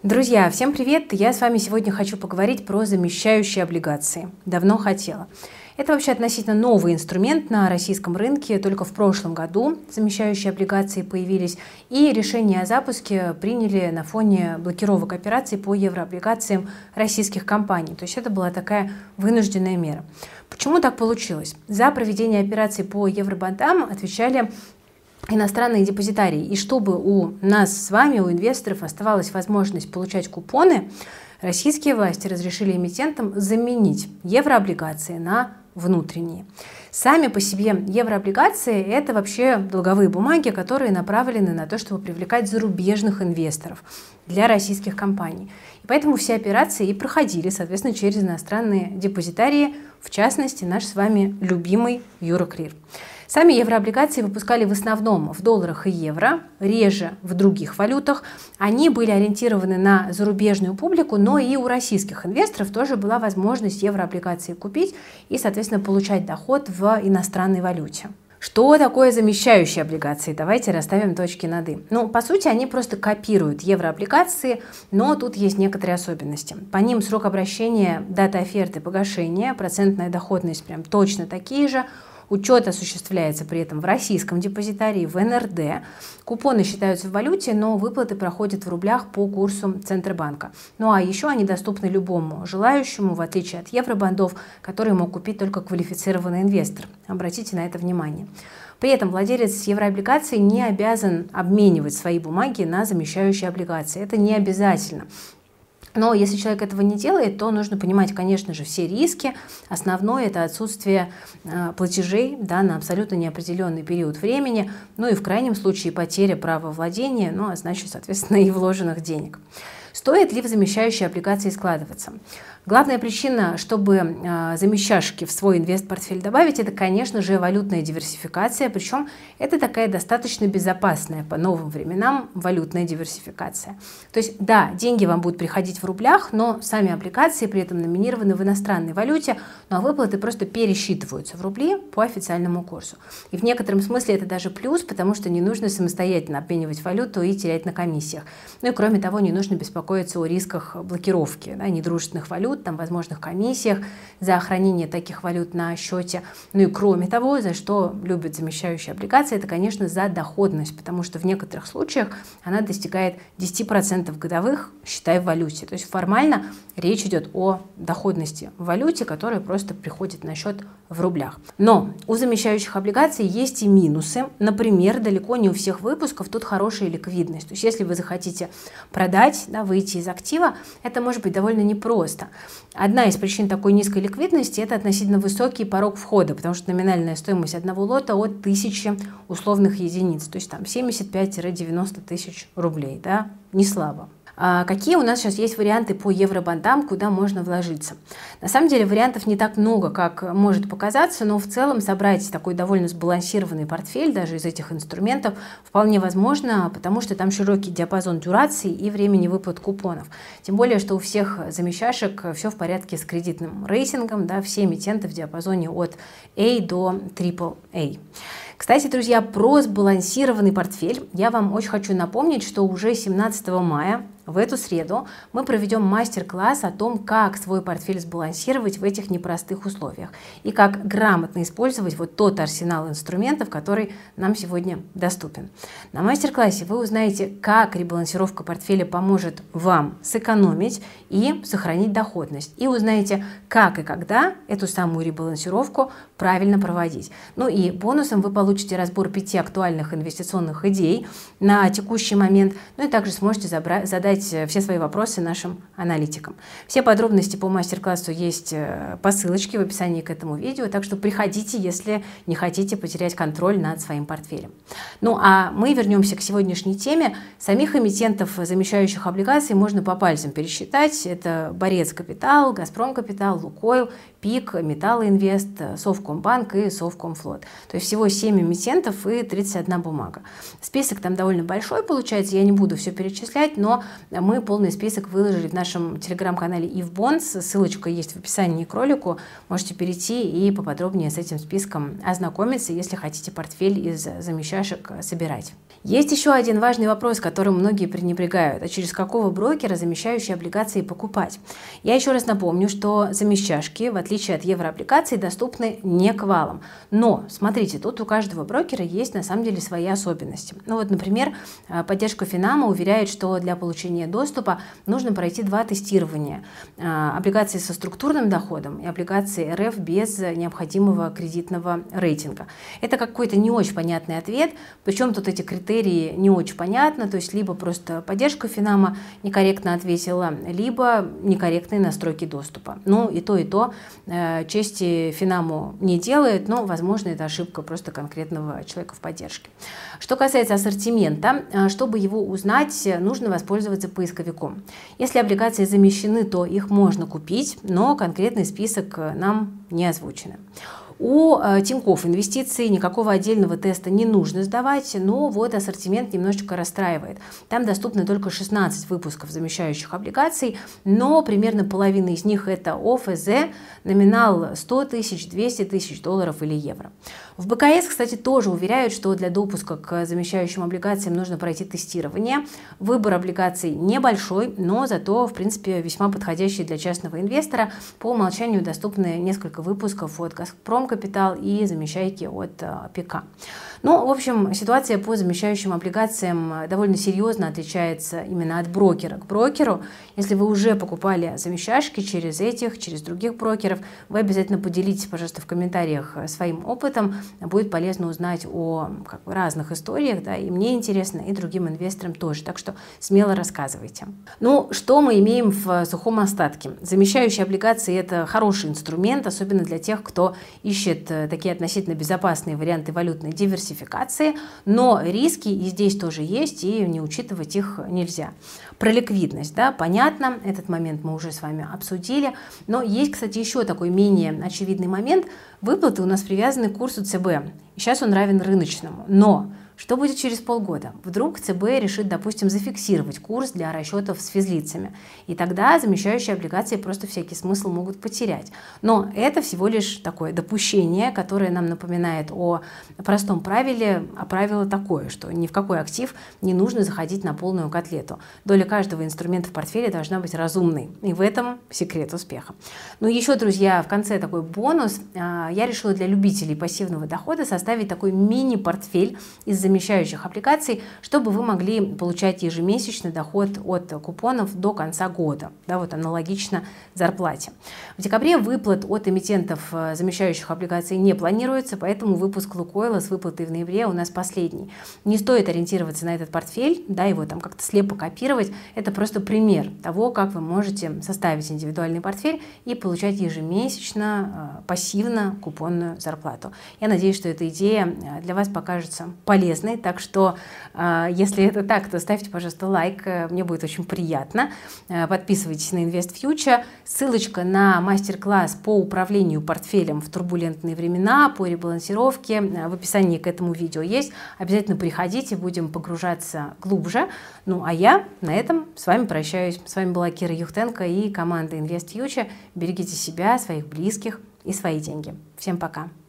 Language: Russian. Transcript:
Друзья, всем привет! Я с вами сегодня хочу поговорить про замещающие облигации. Давно хотела. Это вообще относительно новый инструмент на российском рынке. Только в прошлом году замещающие облигации появились, и решение о запуске приняли на фоне блокировок операций по еврооблигациям российских компаний. То есть это была такая вынужденная мера. Почему так получилось? За проведение операций по евробандам отвечали иностранные депозитарии. И чтобы у нас с вами, у инвесторов, оставалась возможность получать купоны, российские власти разрешили эмитентам заменить еврооблигации на внутренние. Сами по себе еврооблигации – это вообще долговые бумаги, которые направлены на то, чтобы привлекать зарубежных инвесторов для российских компаний. И поэтому все операции и проходили, соответственно, через иностранные депозитарии, в частности, наш с вами любимый Euroclear. Сами еврооблигации выпускали в основном в долларах и евро, реже в других валютах. Они были ориентированы на зарубежную публику, но и у российских инвесторов тоже была возможность еврооблигации купить и, соответственно, получать доход в иностранной валюте. Что такое замещающие облигации? Давайте расставим точки над «и». По сути, они просто копируют еврооблигации, но тут есть некоторые особенности. По ним срок обращения, дата оферты, погашения, процентная доходность прям точно такие же. Учет осуществляется при этом в российском депозитарии, в НРД. Купоны считаются в валюте, но выплаты проходят в рублях по курсу Центробанка. А еще они доступны любому желающему, в отличие от евробандов, которые мог купить только квалифицированный инвестор. Обратите на это внимание. При этом владелец еврооблигаций не обязан обменивать свои бумаги на замещающие облигации. Это не обязательно. Но если человек этого не делает, то нужно понимать, конечно же, все риски. Основное – это отсутствие платежей на абсолютно неопределенный период времени, и в крайнем случае потеря права владения, а значит, соответственно, и вложенных денег. Стоит ли в замещающие облигации складываться? Главная причина, чтобы замещашки в свой инвестпортфель добавить, это, конечно же, валютная диверсификация, причем это такая достаточно безопасная по новым временам валютная диверсификация. То есть, да, деньги вам будут приходить в рублях, но сами облигации при этом номинированы в иностранной валюте, а выплаты просто пересчитываются в рубли по официальному курсу. И в некотором смысле это даже плюс, потому что не нужно самостоятельно обменивать валюту и терять на комиссиях. И кроме того, не нужно беспокоиться о рисках блокировки недружественных валют, возможных комиссиях за хранение таких валют на счете. И кроме того, за что любят замещающие облигации, это, конечно, за доходность, потому что в некоторых случаях она достигает 10% годовых, считай, в валюте. То есть формально речь идет о доходности в валюте, которая просто приходит на счет в рублях. Но у замещающих облигаций есть и минусы. Например, далеко не у всех выпусков тут хорошая ликвидность. То есть если вы захотите продать, выйти из актива, это может быть довольно непросто. Одна из причин такой низкой ликвидности – это относительно высокий порог входа, потому что номинальная стоимость одного лота от 1000 условных единиц, то есть 75-90 тысяч рублей, не слабо. Какие у нас сейчас есть варианты по евробандам, куда можно вложиться? На самом деле вариантов не так много, как может показаться, но в целом собрать такой довольно сбалансированный портфель даже из этих инструментов вполне возможно, потому что там широкий диапазон дюрации и времени выплат купонов. Тем более, что у всех замещашек все в порядке с кредитным рейтингом, все эмитенты в диапазоне от A до AAA. Кстати, друзья, про сбалансированный портфель я вам очень хочу напомнить, что уже 17 мая, в эту среду, мы проведем мастер-класс о том, как свой портфель сбалансировать в этих непростых условиях и как грамотно использовать тот арсенал инструментов, который нам сегодня доступен. На мастер-классе вы узнаете, как ребалансировка портфеля поможет вам сэкономить и сохранить доходность. И узнаете, как и когда эту самую ребалансировку правильно проводить. И бонусом вы получите разбор 5 актуальных инвестиционных идей на текущий момент, и также сможете задать все свои вопросы нашим аналитикам. Все подробности по мастер-классу есть по ссылочке в описании к этому видео, так что приходите, если не хотите потерять контроль над своим портфелем. А мы вернемся к сегодняшней теме. Самих эмитентов замещающих облигаций можно по пальцам пересчитать. Это Борец Капитал, Газпром Капитал, Лукойл, ПИК, Металлоинвест, Совкомбанк и Совкомфлот. То есть всего 7 эмитентов и 31 бумага. Список там довольно большой получается, я не буду все перечислять, но Мы полный список выложили в нашем телеграм-канале Eve Bonds. Ссылочка есть в описании к ролику. Можете перейти и поподробнее с этим списком ознакомиться, если хотите портфель из замещашек собирать. Есть еще один важный вопрос, которым многие пренебрегают. А через какого брокера замещающие облигации покупать? Я еще раз напомню, что замещашки, в отличие от еврооблигаций, доступны не квалом. Но, смотрите, тут у каждого брокера есть на самом деле свои особенности. Ну вот, например, поддержка Финама уверяет, что для получения доступа нужно пройти 2 тестирования. Облигации со структурным доходом и облигации РФ без необходимого кредитного рейтинга. Это какой-то не очень понятный ответ, причем тут эти критерии не очень понятно, то есть либо просто поддержка Финама некорректно ответила, либо некорректные настройки доступа. Ну и то чести Финаму не делает, но, возможно, это ошибка просто конкретного человека в поддержке. Что касается ассортимента, чтобы его узнать, нужно воспользоваться поисковиком. Если облигации замещены, то их можно купить, но конкретный список нам не озвучен. У Тинькофф Инвестиций никакого отдельного теста не нужно сдавать, но вот ассортимент немножечко расстраивает. Там доступно только 16 выпусков замещающих облигаций, но примерно половина из них это ОФЗ, номинал 100 тысяч, 200 тысяч долларов или евро. В БКС, кстати, тоже уверяют, что для допуска к замещающим облигациям нужно пройти тестирование. Выбор облигаций небольшой, но зато, в принципе, весьма подходящий для частного инвестора. По умолчанию доступны несколько выпусков от «Газпром Капитал» и замещайки от ПК. Ну, в общем, ситуация по замещающим облигациям довольно серьезно отличается именно от брокера к брокеру. Если вы уже покупали замещашки через других брокеров, вы обязательно поделитесь, пожалуйста, в комментариях своим опытом. Будет полезно узнать о разных историях, да, и мне интересно, и другим инвесторам тоже. Так что смело рассказывайте. Ну, что мы имеем в сухом остатке? Замещающие облигации – это хороший инструмент, особенно для тех, кто ищет такие относительно безопасные варианты валютной диверсификации, но риски и здесь тоже есть, и не учитывать их нельзя. Про ликвидность, да, понятно, этот момент мы уже с вами обсудили, но есть, кстати, еще такой менее очевидный момент. Выплаты у нас привязаны к курсу ЦБ, и сейчас он равен рыночному, но что будет через полгода? Вдруг ЦБ решит, допустим, зафиксировать курс для расчетов с физлицами, и тогда замещающие облигации просто всякий смысл могут потерять. Но это всего лишь такое допущение, которое нам напоминает о простом правиле, а правило такое, что ни в какой актив не нужно заходить на полную котлету. Доля каждого инструмента в портфеле должна быть разумной, и в этом секрет успеха. Ну еще, друзья, в конце такой бонус. Я решила для любителей пассивного дохода составить такой мини-портфель из замещающих облигаций, чтобы вы могли получать ежемесячный доход от купонов до конца года, да, вот аналогично зарплате. В декабре выплат от эмитентов замещающих облигаций не планируется, поэтому выпуск Лукойла с выплатой в ноябре у нас последний. Не стоит ориентироваться на этот портфель, да, его там как-то слепо копировать. Это просто пример того, как вы можете составить индивидуальный портфель и получать ежемесячно пассивно купонную зарплату. Я надеюсь, что эта идея для вас покажется полезной. Так что, если это так, то ставьте, пожалуйста, лайк, мне будет очень приятно. Подписывайтесь на InvestFuture. Ссылочка на мастер-класс по управлению портфелем в турбулентные времена, по ребалансировке в описании к этому видео есть. Обязательно приходите, будем погружаться глубже. Ну, а я на этом с вами прощаюсь. С вами была Кира Юхтенко и команда InvestFuture. Берегите себя, своих близких и свои деньги. Всем пока!